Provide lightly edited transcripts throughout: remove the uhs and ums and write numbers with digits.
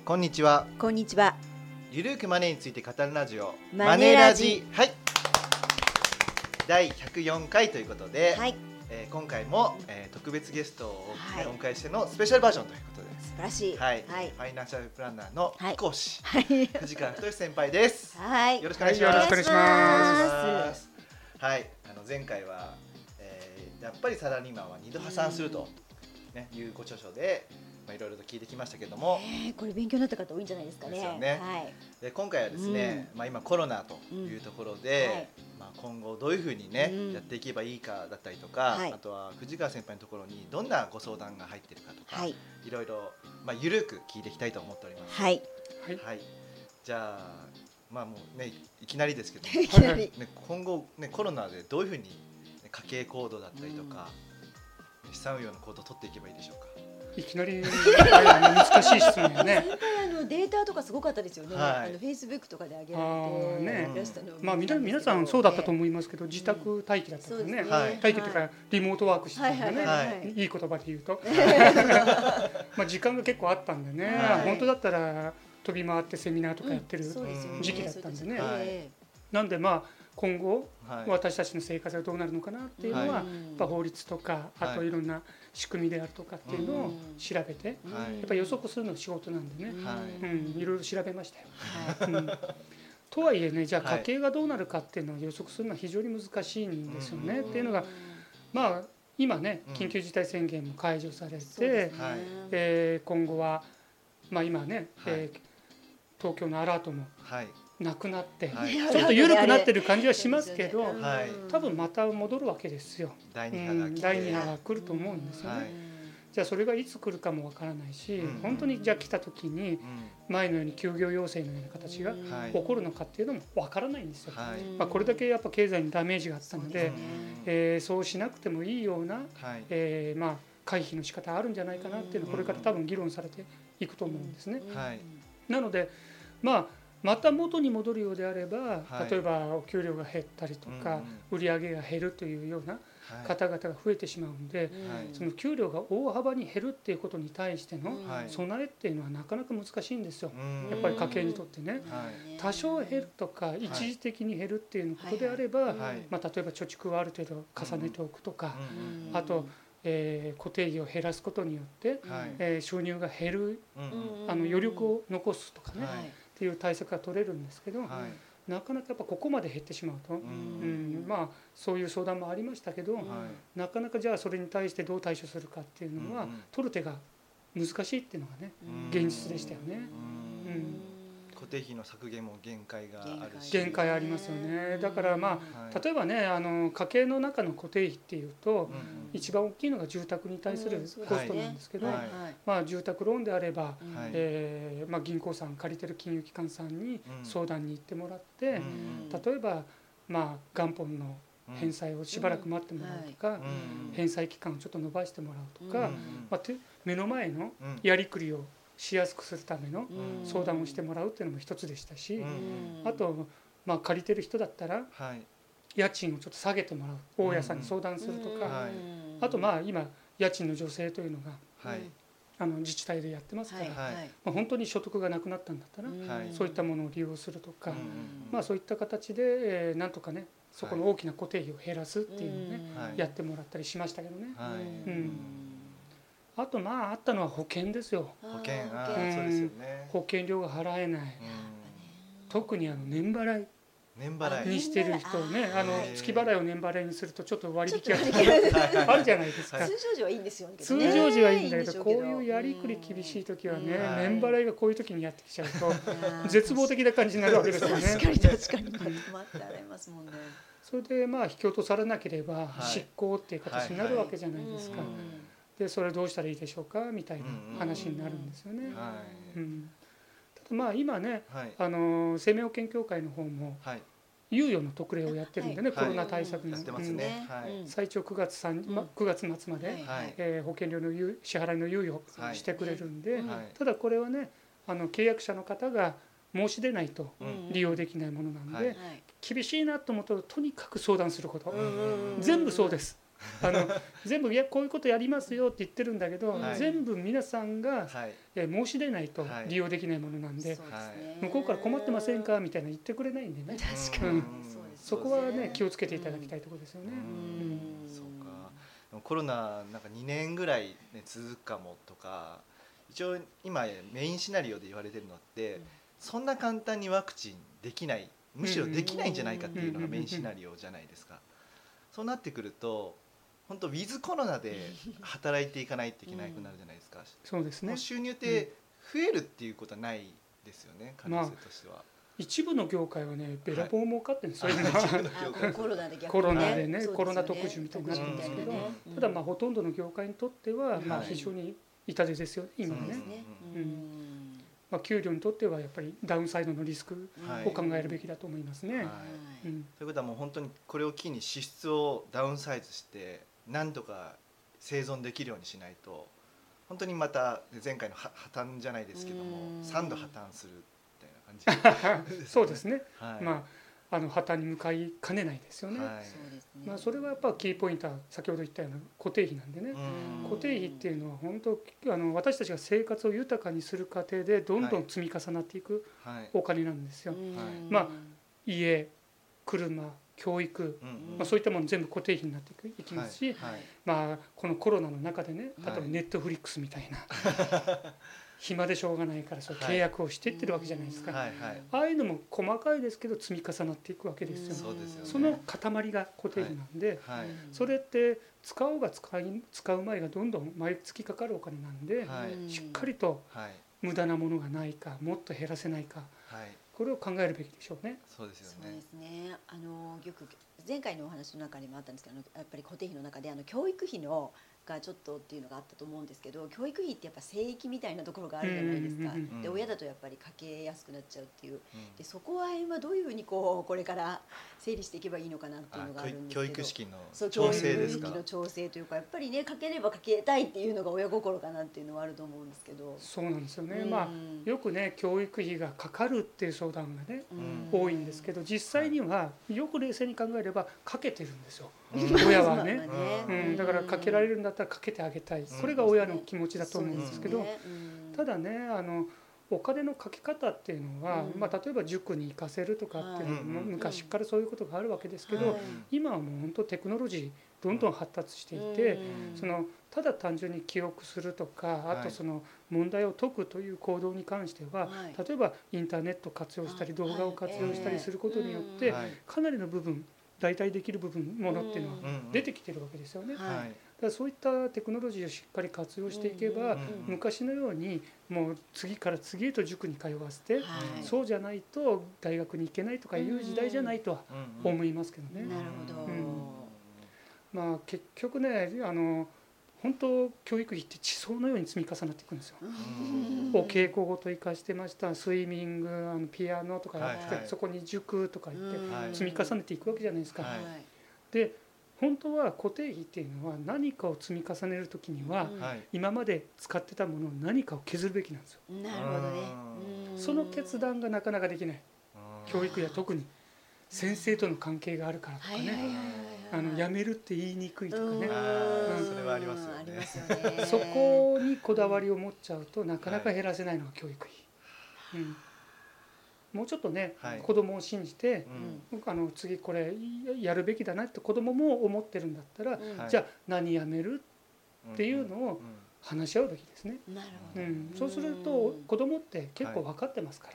こんにちは。 こんにちは。 ゆるくマネーについて語るラジオマネラジはい、第104回ということで、 はい、 今回も、特別ゲストをはいお迎えしてのスペシャルバージョンということで、 素晴らしい。 はいはい、 ファイナンシャルプランナーのはい講師、 はい、 藤川太先輩です。 はい、 よろしくお願いします。 よろしくお願いします。 はい、前回は、やっぱりサラリーマンは2度破産すると、いうご著書で、いろいろと聞いてきましたけども、 これ勉強になった方多いんじゃないですかね。 ですよね。 はい、 で今回はですね、今コロナというところで、今後どういうふうにね、やっていけばいいかだったりとか、 はい、 あとは藤川先輩のところにどんなご相談が入っているかとか、 はい、 いろいろゆるく聞いていきたいと思っております。 はい、 はい、じゃあもうねいきなりですけども、 いきなり今後ねコロナでどういうふうに、家計行動だったりとか、資産運用の行動を取っていけばいいでしょうか。 いきなり難しい質問よね。 データとかすごかったですよね。 はい、 フェイスブックとかで上げられて、 皆さんそうだったと思いますけど、自宅待機だったからね。待機というかリモートワークしてたんでね。いい言葉で言うと、時間が結構あったんでね。本当だったら飛び回ってセミナーとかやってる時期だったんでね。なんで今後私たちの生活がどうなるのかなっていうのは、法律とかあといろんな仕組みであるとかっていうのを調べて、やっぱり予測するのが仕事なんでね、いろいろ調べましたよ。とはいえね、じゃあ家計がどうなるかっていうのを予測するのは非常に難しいんですよね。っていうのが今ね緊急事態宣言も解除されて、今後は今ね東京のアラートもなくなって、ちょっと緩くなってる感じはしますけど、多分また戻るわけですよ。第2波が来ると思うんですよね。じゃあそれがいつ来るかもわからないし、本当にじゃあ来た時に前のように休業要請のような形が起こるのかっていうのもわからないんですよ。これだけやっぱ経済にダメージがあったので、そうしなくてもいいような回避の仕方あるんじゃないかなっていうのはこれから多分議論されていくと思うんですね。なのでまた元に戻るようであれば、例えばお給料が減ったりとか、売り上げが減るというような方々が増えてしまうんで、その給料が大幅に減るっていうことに対しての備えっていうのはなかなか難しいんですよ。やっぱり家計にとってね、多少減るとか一時的に減るっていうことであれば、例えば貯蓄をある程度重ねておくとか、あと固定費を減らすことによって収入が減る余力を残すとかねっていう対策が取れるんですけど、なかなかやっぱここまで減ってしまうと、そういう相談もありましたけど、なかなかじゃあそれに対してどう対処するかっていうのは取る手が難しいっていうのがね現実でしたよね。 固定費の削減も限界があるし、 限界ありますよね。だから例えばね家計の中の固定費っていうと、一番大きいのが住宅に対するコストなんですけど、住宅ローンであれば、銀行さん借りてる金融機関さんに相談に行ってもらって、例えば元本の返済をしばらく待ってもらうとか、返済期間をちょっと延ばしてもらうとか、目の前のやりくりをしやすくするための相談をしてもらうっていうのも一つでしたし、あと借りてる人だったら家賃をちょっと下げてもらう、大家さんに相談するとか、あと今家賃の助成というのが自治体でやってますから、本当に所得がなくなったんだったらそういったものを利用するとか、そういった形でなんとかねそこの大きな固定費を減らすっていうのをねやってもらったりしましたけどね。あとあったのは保険ですよ。 保険、そうですよね。 保険料が払えない、特に年払いにしてる人ね、月払いを年払いにするとちょっと割引があるじゃないですか。 通常時はいいんですよね。 通常時はいいんだけど、こういうやりくり厳しい時はね、年払いがこういう時にやってきちゃうと絶望的な感じになるわけですよね。 確かに待ってありますもんね。 それで引き落とされなければ執行っていう形になるわけじゃないですか。でそれどうしたらいいでしょうかみたいな話になるんですよね。ただ今ね、生命保険協会の方も猶予の特例をやってるんでね、コロナ対策の最長9月末まで保険料の支払いの猶予してくれるんで、ただこれはね契約者の方が申し出ないと利用できないものなんで、厳しいなと思うととにかく相談すること、全部そうです。 全部こういうことやりますよって言ってるんだけど、 はい全部皆さんがはい、 申し出ないと利用できないものなんで、 そうですね向こうから困ってませんかみたいな言ってくれないんでね、 確かに、 うんそうですそこはね気ををつけていただきたいところですよね。 そうか。でもコロナなんか2年ぐらい、ね、続くかもとか、一応今メインシナリオで言われてるのって、そんな簡単にワクチンできない、むしろできないんじゃないかっていうのがメインシナリオじゃないですか。そうなってくると本当ウィズコロナで働いていかないといけなくなるじゃないですか。 そうですね。 収入って増えるっていうことはないですよね、可能性としては。 一部の業界はねべらぼう儲かってるんですよ、 コロナで逆にね、 コロナでね、コロナ特需みたいになってるんですけど、ただほとんどの業界にとっては非常に痛手ですよね今ね。給料にとってはやっぱりダウンサイドのリスクを考えるべきだと思いますね。 ということはもう本当にこれを機に支出をダウンサイズして何とか生存できるようにしないと、本当にまた前回の破綻じゃないですけども3度破綻するみたいな感じそうですね、破綻に向かいかねないですよね。それはやっぱキーポイントは先ほど言ったような固定費なんでね、固定費っていうのは本当私たちが生活を豊かにする過程でどんどん積み重なっていくお金なんですよ。家、車、教育、そういったもの全部固定費になっていきますし、このコロナの中でね、例えばネットフリックスみたいな暇でしょうがないからそう契約をしていってるわけじゃないですか。ああいうのも細かいですけど積み重なっていくわけですよ。その塊が固定費なんで、それって使おうが使う前がどんどん毎月かかるお金なんで、しっかりと無駄なものがないか、もっと減らせないか、これを考えるべきでしょうね。 そうですね。よく前回のお話の中にもあったんですけど、やっぱり固定費の中で教育費のがちょっとっていうのがあったと思うんですけど、教育費ってやっぱ聖域みたいなところがあるじゃないですか。で親だとやっぱりかけやすくなっちゃうっていう、でそこは今どういうふうにこれから整理していけばいいのかなっていうのがあるんですけど、 教育資金の調整ですか。 教育費の調整というか、やっぱりねかければかけたいっていうのが親心かなっていうのはあると思うんですけど。 そうなんですよね。よくね教育費がかかるっていう相談がね多いんですけど、実際にはよく冷静に考えればかけてるんですよ。親はね。だからかけられるんだったらかけてあげたい。これが親の気持ちだと思うんですけど、ただねお金のかけ方っていうのは、例えば塾に行かせるとかっていうのも昔からそういうことがあるわけですけど、今はもう本当テクノロジーどんどん発達していて、ただ単純に記憶するとか、あと問題を解くという行動に関しては、例えばインターネットを活用したり動画を活用したりすることによってかなりの部分代替できるものっていうのは出てきてるわけですよね。だからそういったテクノロジーをしっかり活用していけば、昔のようにもう次から次へと塾に通わせて、そうじゃないと大学に行けないとかいう時代じゃないとは思いますけどね。 なるほど。結局ね本当教育費って地層のように積み重なっていくんですよ。お稽古ごと生かしてました、スイミング、ピアノとかやって、そこに塾とか言って積み重ねていくわけじゃないですか。で本当は固定費っていうのは何かを積み重ねる時には、今まで使ってたものを何かを削るべきなんですよ。 なるほどね。 その決断がなかなかできない。教育や特に先生との関係があるからとかね。やめるって言いにくいとかね。 それはありますよね。 そこにこだわりを持っちゃうとなかなか減らせないのが教育費。もうちょっとね、子供を信じて、次これやるべきだなって子供も思ってるんだったら、じゃあ何やめるっていうのを話し合うべきですね。そうすると子供って結構分かってますから、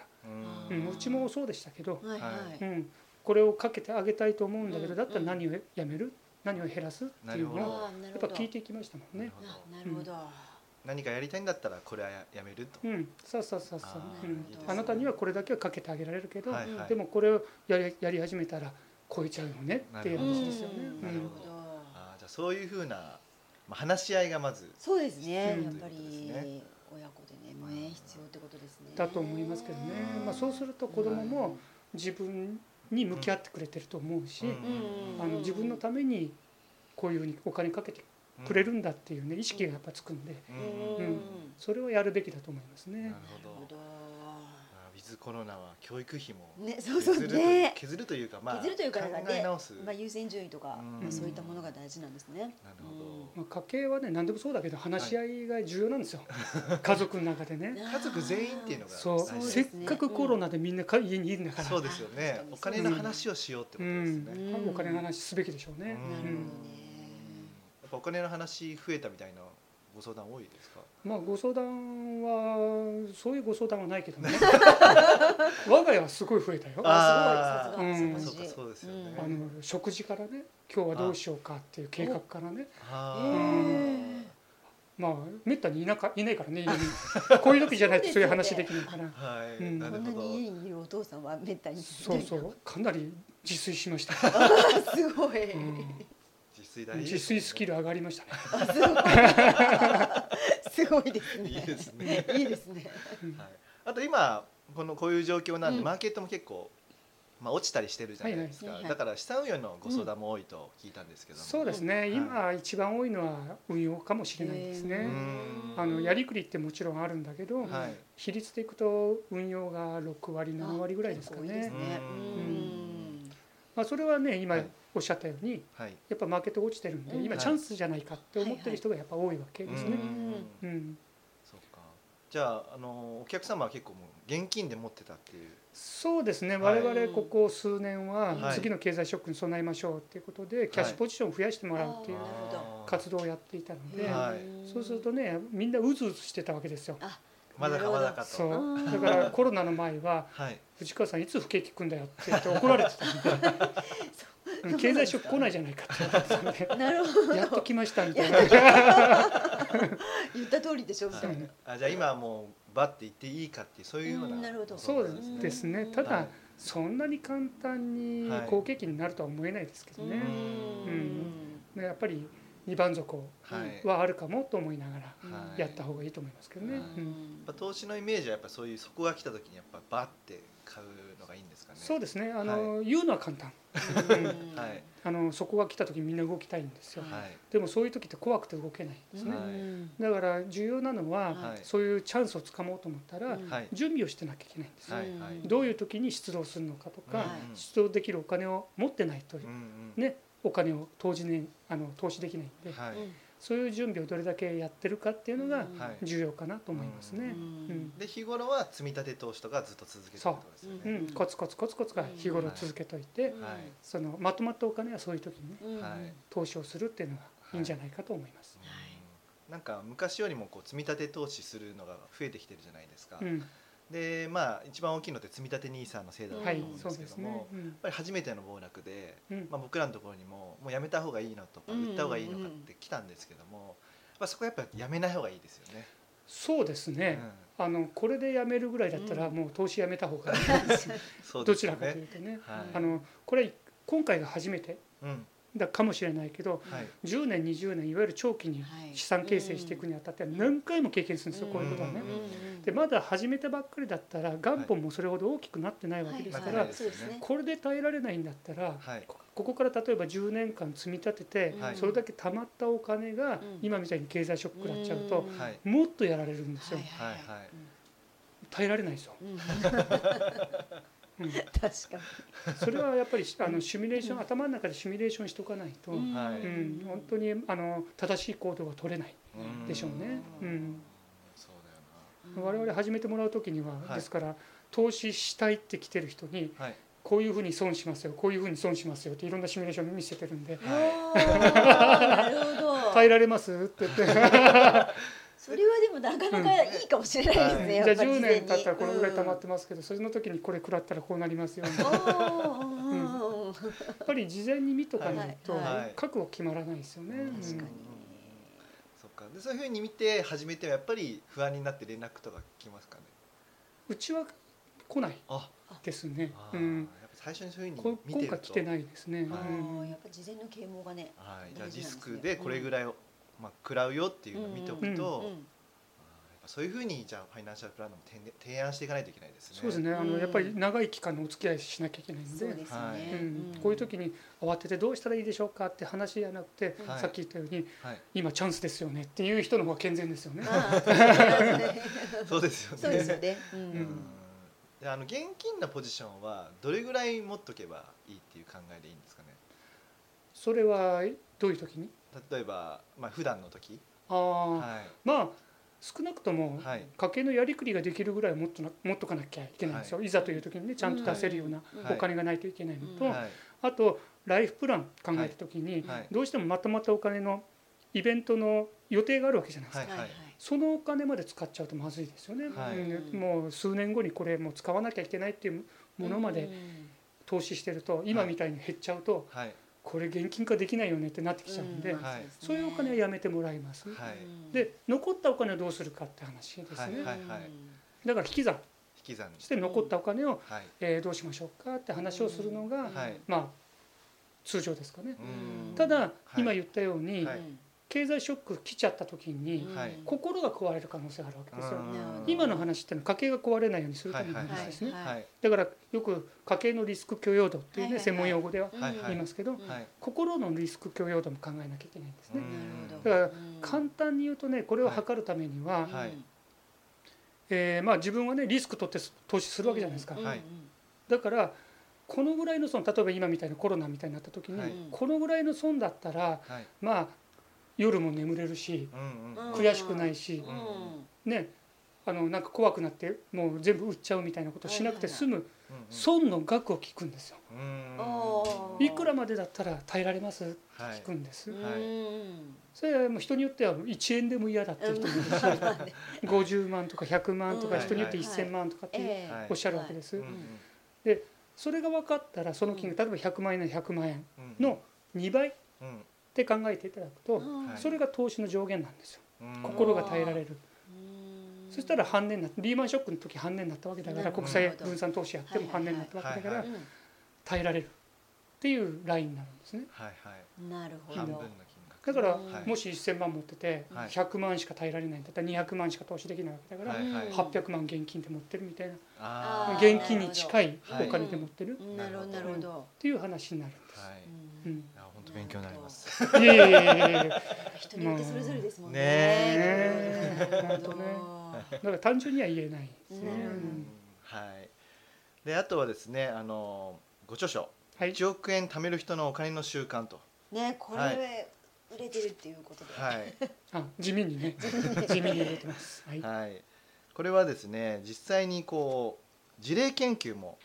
うちもそうでしたけど、これをかけてあげたいと思うんだけど、だったら何をやめる、何を減らすっていうのをやっぱ聞いていきましたもんね。 なるほど。 何かやりたいんだったらこれはやめると。 そう。あなたにはこれだけはかけてあげられるけど、でもこれをやり始めたら超えちゃうよねっていう話ですよね。 なるほど。じゃあそういうふうな話し合いがまずそうですね。やっぱり親子でね必要ってことですね。 だと思いますけどね。そうすると子供も自分に向き合ってくれてると思うし、自分のためにこういうふうにお金かけてくれるんだっていうね意識がやっぱつくんで、それをやるべきだと思いますね。 なるほど。ウィズズコロナは教育費もね、そうそうね、 削るというか、 削るというか考え直す、 優先順位とか、そういったものが大事なんですね。 なるほど。 家計はね何でもそうだけど話し合いが重要なんですよ、家族の中でね。 家族全員っていうのがそうせっかくコロナでみんな家にいるんだから、 そうですよね。お金の話をしようってことですね。 お金の話すべきでしょうね。 なるほどね。 やっぱお金の話増えたみたいなご相談多いですか？ まあご相談はそういうご相談はないけどね。我が家はすごい増えたよ。 ああ、すごい、 そうか、そうですよね。 食事からね、今日はどうしようかっていう計画からね。まあめったにいないからね、家にこういう時じゃないとそういう話できないから。 はい、 こんなに家にいるお父さんはめったに。 そうそうかなり自炊しました。 すごい。 自炊スキル上がりましたね。 すごいですね。 いいですね。 いいですね。 あと今こういう状況なんでマーケットも結構落ちたりしてるじゃないですか。だから資産運用のご相談も多いと聞いたんですけども。 そうですね。今一番多いのは運用かもしれないですね。やりくりってもちろんあるんだけど、比率でいくと運用が6割7割ぐらいですかね。まあそれはね今おっしゃったようにやっぱマーケット落ちてるんで今チャンスじゃないかって思ってる人がやっぱ多いわけですね。 そうか。じゃあお客様は結構もう現金で持ってたっていう。 そうですね。我々ここ数年は次の経済ショックに備えましょうっていうことでキャッシュポジションを増やしてもらうっていう活動をやっていたので、そうするとねみんなうずうずしてたわけですよ。 まだかまだかと。 そうだからコロナの前は藤川さんいつ不景気来んだよって言って怒られてたんで経済ショック来ないじゃないかって言ったんでなるほどやっと来ましたみたいな言った通りでしょみたいな。 じゃあ今はもうバッて言っていいかっていうそういうような。 そうですね。ただそんなに簡単に好景気になるとは思えないですけどね。やっぱり2番底はあるかもと思いながらやった方がいいと思いますけどね。 投資のイメージはやっぱそういう底が来た時にやっぱバッて買うのがいいんですかね。 そうですね。言うのは簡単。底が来た時にみんな動きたいんですよ。でもそういう時って怖くて動けないんですね。だから重要なのはそういうチャンスをつかもうと思ったら準備をしてなきゃいけないんですよ。どういう時に出動するのかとか出動できるお金を持ってないとねお金を投資できないんで、そういう準備をどれだけやってるかっていうのが重要かなと思いますね。 で日頃は積み立て投資とかずっと続けてるってことですよね。 コツコツコツコツが日頃続けといて、そのまとまったお金はそういう時にね投資をするっていうのがいいんじゃないかと思います。 なんか昔よりも積み立て投資するのが増えてきてるじゃないですか。で一番大きいのって積み立て NISA の制度だと思うんですけども、やっぱり初めての暴落で、僕らのところにもうやめた方がいいのとか売った方がいいのかって来たんですけども、そこはやっぱりやめない方がいいですよね。 そうですね。これでやめるぐらいだったらもう投資やめた方がいいです。どちらかというとね。これ今回が初めてだかもしれないけど、10年20年いわゆる長期に資産形成していくにあたって何回も経験するんですよ、こういうことはね。でまだ始めたばっかりだったら元本もそれほど大きくなってないわけですから、これで耐えられないんだったらここから例えば10年間積み立ててそれだけ貯まったお金が今みたいに経済ショック食らっちゃうともっとやられるんですよ。耐えられないですよ。 確かにそれはやっぱりシミュレーション頭の中でシミュレーションしとかないと本当に正しい行動が取れないでしょうね。我々始めてもらう時にはですから投資したいって来てる人にこういうふうに損しますよこういうふうに損しますよっていろんなシミュレーション見せてるんで耐えられますって言ってそれはでもなかなかいいかもしれないですね。 じゃあ10年経ったらこのぐらい溜まってますけど、それの時にこれ食らったらこうなりますよ。やっぱり事前に見とかないと覚悟決まらないですよね。 確かに。 そっか。でそういうふうに見て始めてはやっぱり不安になって連絡とか来ますかね。 うちは来ないですね。 最初にそういうふうに見てると今回来てないですね。 やっぱ事前の啓蒙がね。 じゃあリスクでこれぐらいを食らうよっていうのを見ておくと。そういうふうにじゃあファイナンシャルプランナーも提案していかないといけないですね。 そうですね。やっぱり長い期間のお付き合いしなきゃいけないので、こういう時に慌ててどうしたらいいでしょうかって話じゃなくて、さっき言ったように今チャンスですよねっていう人の方が健全ですよね。 そうですよね。 そうですよね。 で現金のポジションはどれぐらい持っとけばいいっていう考えでいいんですかね。 それはどういう時に？ 例えば、普段の時。 はい、まあ少なくとも家計のやりくりができるぐらいは持っとかなきゃいけないんですよ、いざという時にねちゃんと出せるようなお金がないといけないのと、あとライフプラン考えた時にどうしてもまとまったお金のイベントの予定があるわけじゃないですか、そのお金まで使っちゃうとまずいですよね、もう数年後にこれもう使わなきゃいけないっていうものまで投資してると今みたいに減っちゃうと、これ現金化できないよねってなってきちゃうんで、そういうお金はやめてもらいます、で残ったお金をどうするかって話ですね、だから引き算して残ったお金をどうしましょうかって話をするのがまあ通常ですかね。ただ今言ったように経済ショック来ちゃった時に心が壊れる可能性があるわけですよ。今の話ってのは家計が壊れないようにするための話ですね。だからよく家計のリスク許容度っていうね専門用語では言いますけど、心のリスク許容度も考えなきゃいけないんですね。だから簡単に言うとね、これを測るためにはまあ自分はねリスク取って投資するわけじゃないですか。だからこのぐらいの損、例えば今みたいなコロナみたいになった時にこのぐらいの損だったらまあ夜も眠れるし悔しくないしね、なんか怖くなってもう全部売っちゃうみたいなことをしなくて済む損の額を聞くんですよ。いくらまでだったら耐えられますって聞くんです。それはもう人によっては1円でも嫌だっていう人もいるし50万とか100万とか人によって1000万とかっておっしゃるわけです。でそれが分かったらその金額、例えば100万円の100万円の2倍って考えていただくとそれが投資の上限なんですよ。心が耐えられる。そしたら半値になって、リーマンショックの時半値になったわけだから、国際分散投資やっても半値になったわけだから耐えられるっていうラインになるんですね。 なるほど。 だからもし1000万持ってて100万しか耐えられないんだったら200万しか投資できないわけだから800万現金で持ってるみたいな、現金に近いお金で持ってるっていう話になるんです。 本当勉強になります。 いえいえ、 人によってそれぞれですもんね。 本当ね。だから単純には言えないですね。 はい。であとはですね、ご著書1億円貯める人のお金の習慣と。 ね、これ売れてるっていうことで。 地味にね、地味に売れてます。 はい。これはですね、実際にこう事例研究も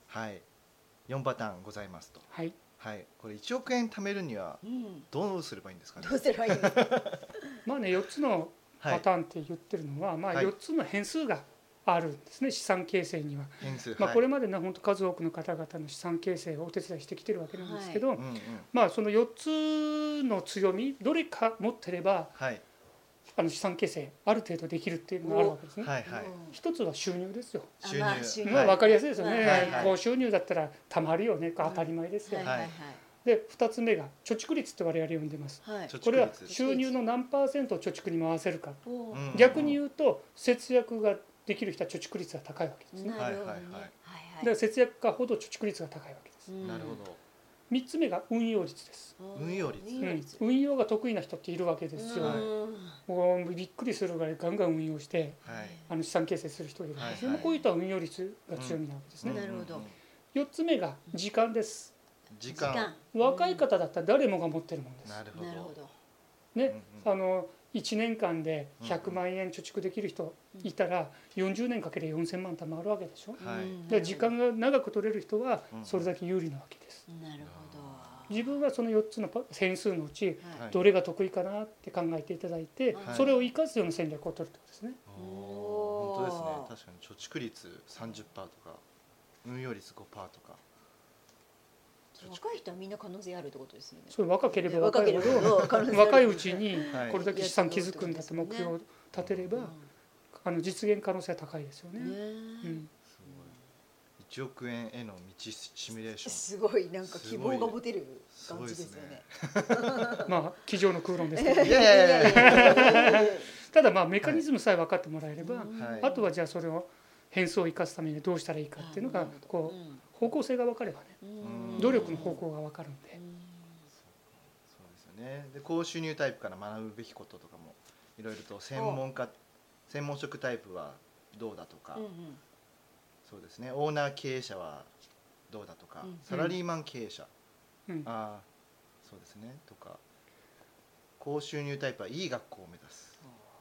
4パターンございますと。はい。これ1億円貯めるにはどうすればいいんですかね。 どうすればいいんですか。 まあね、4つのパターンって言ってるのは、まあ4つの変数があるんですね、資産形成には。まあこれまでね本当数多くの方々の資産形成をお手伝いしてきてるわけなんですけど、まあその4つの強みどれか持ってれば資産形成ある程度できるっていうのがあるわけですね。一つは収入ですよ。まあ分かりやすいですよね。高収入だったらたまるよね、当たり前ですよ。で2つ目が貯蓄率って我々呼んでます。これは収入の何パーセントを貯蓄に回せるか。逆に言うと節約ができる人は貯蓄率が高いわけですね。だから節約家ほど貯蓄率が高いわけです。 なるほど。 3つ目が運用率です。運用が得意な人っているわけですよ。びっくりするぐらいガンガン運用して資産形成する人がいるんですね。こういった運用率が強みなわけですね。4つ目が時間です。若い方だったら誰もが持ってるもんです。 なるほど。 ね、1年間で100万円貯蓄できる人いたら40年かけて4000万貯まるわけでしょ。で時間が長く取れる人はそれだけ有利なわけです。 なるほど。 自分はその4つの変数のうちどれが得意かなって考えていただいて、それを生かすような戦略を取るってことですね。 本当ですね。確かに貯蓄率 30% とか運用率 5% とか。 若い人はみんな可能性あるってことですよね。 そう、若ければ若いほど若いうちにこれだけ資産築くんだって目標を立てれば実現可能性は高いですよね。 1億円への道シミュレーション。 すごいなんか希望が持てる感じですよね。 まあ机上の空論ですけど。ただまあメカニズムさえ分かってもらえれば、あとはじゃあそれを変数を生かすためにどうしたらいいかっていうのがこう方向性が分かればね、努力の方向が分かるんで。 そうですよね。で高収入タイプから学ぶべきこととかもいろいろと専門職タイプはどうだとか、 そうですね、オーナー経営者はどうだとか、サラリーマン経営者、そうですねとか、高収入タイプはいい学校を目指す、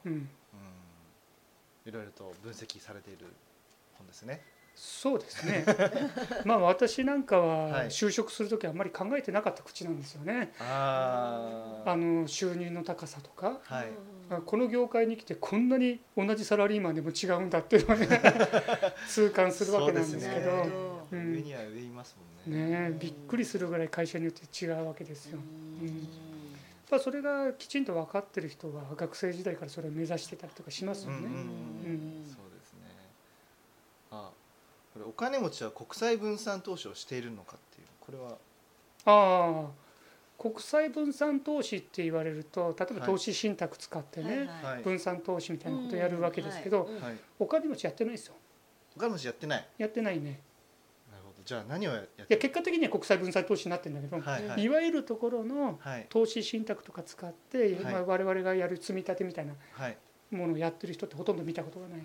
いろいろと分析されている本ですね。 そうですねまあ私なんかは就職するときはあんまり考えてなかった口なんですよね。収入の高さとか、この業界に来てこんなに同じサラリーマンでも違うんだっていうのをね痛感するわけなんですけど、 上には上いますもんね。 びっくりするぐらい会社によって違うわけですよ。それがきちんと分かってる人は学生時代からそれを目指してたりとかしますよね。 そうですね。これお金持ちは国際分散投資をしているのかっていう、これは国際分散投資って言われると、例えば投資信託使ってね、分散投資みたいなことをやるわけですけど、お金持ちやってないですよ。 お金持ちやってない。 やってないね。 なるほど。じゃあ何をやってる？ いや結果的には国際分散投資になってるんだけど、いわゆるところの投資信託とか使って、我々がやる積み立てみたいなものをやってる人ってほとんど見たことがない。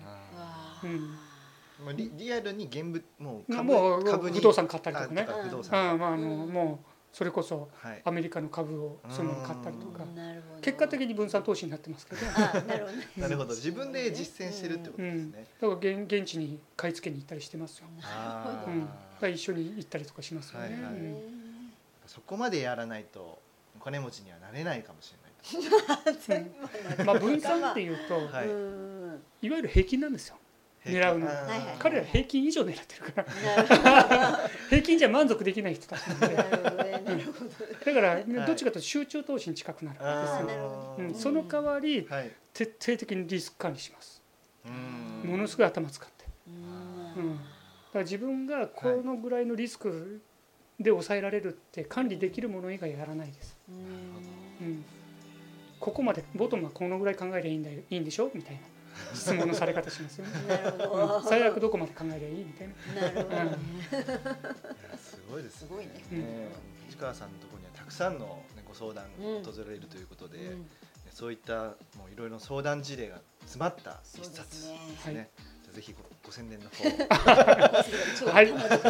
リアルに現物もう株に不動産買ったりとかね、もうそれこそアメリカの株をそのまま買ったりとか、結果的に分散投資になってますけど。 なるほど。自分で実践してるってことですね。 だから現地に買い付けに行ったりしてますよ。一緒に行ったりとかしますよね。 そこまでやらないとお金持ちにはなれないかもしれない。分散っていうと、いわゆる平均なんですよ。狙うの。彼ら平均以上狙ってるから平均じゃ満足できない人たちなので、だからどっちかというと集中投資に近くなるんですよ。その代わり徹底的にリスク管理します。ものすごい頭使って、だから自分がこのぐらいのリスクで抑えられるって管理できるもの以外やらないです。ここまでボトムはこのぐらい考えればいいんでしょみたいな質問のされ方しますよね。最悪どこまで考えればいいみたいな。 すごいですね。藤川さんのところにはたくさんのご相談が訪れるということで、そういったもういろいろ相談事例が詰まった一冊ですね。ぜひご宣伝の方。 はい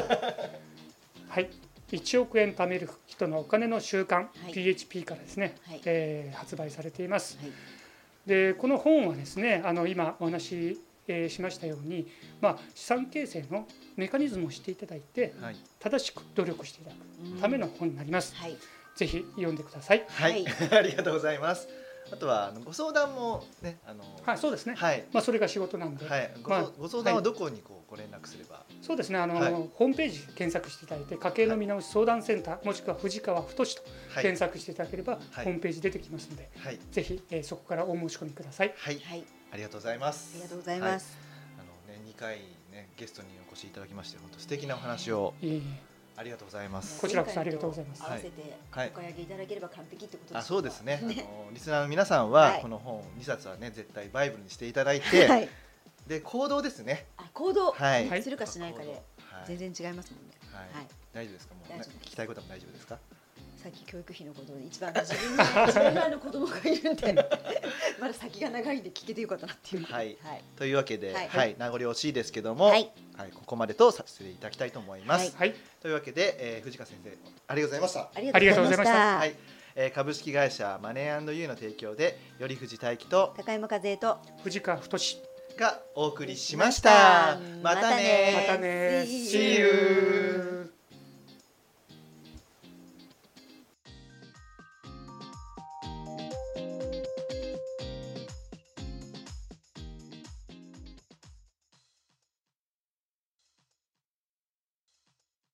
。1億円貯める人のお金の習慣 PHP からですね、発売されています。でこの本はですね、今お話ししましたように、資産形成のメカニズムを知っていただいて、正しく努力していただくための本になります。ぜひ読んでください。 ありがとうございます。あとはご相談もね、 そうですね。それが仕事なんで、 ご相談はどこにご連絡すれば？ そうですね。ホームページ検索していただいて、家計の見直し相談センター、もしくは藤川太と検索していただければ、ホームページ出てきますので、ぜひそこからお申し込みください。 ありがとうございます。 ありがとうございます。 2回ねゲストにお越しいただきまして、本当素敵なお話をありがとうございます。 こちらこそありがとうございます。 合わせてお買い上げいただければ完璧ってことですか？ そうですね。リスナーの皆さんはこの本2冊はね絶対バイブルにしていただいて、で行動ですね。 行動するかしないかで全然違いますもんね。 大丈夫ですか？もう聞きたいことも大丈夫ですか？ さっき教育費のことで一番自分ぐらいの子供がいるんでまだ先が長いんで聞けてよかったなっていう。 というわけで名残惜しいですけども、ここまでとさせていただきたいと思います。というわけで藤川先生ありがとうございました。 ありがとうございました。 株式会社マネー&ユーの提供で頼藤大樹と高山和恵と藤川太がお送りしました。またね。 See you。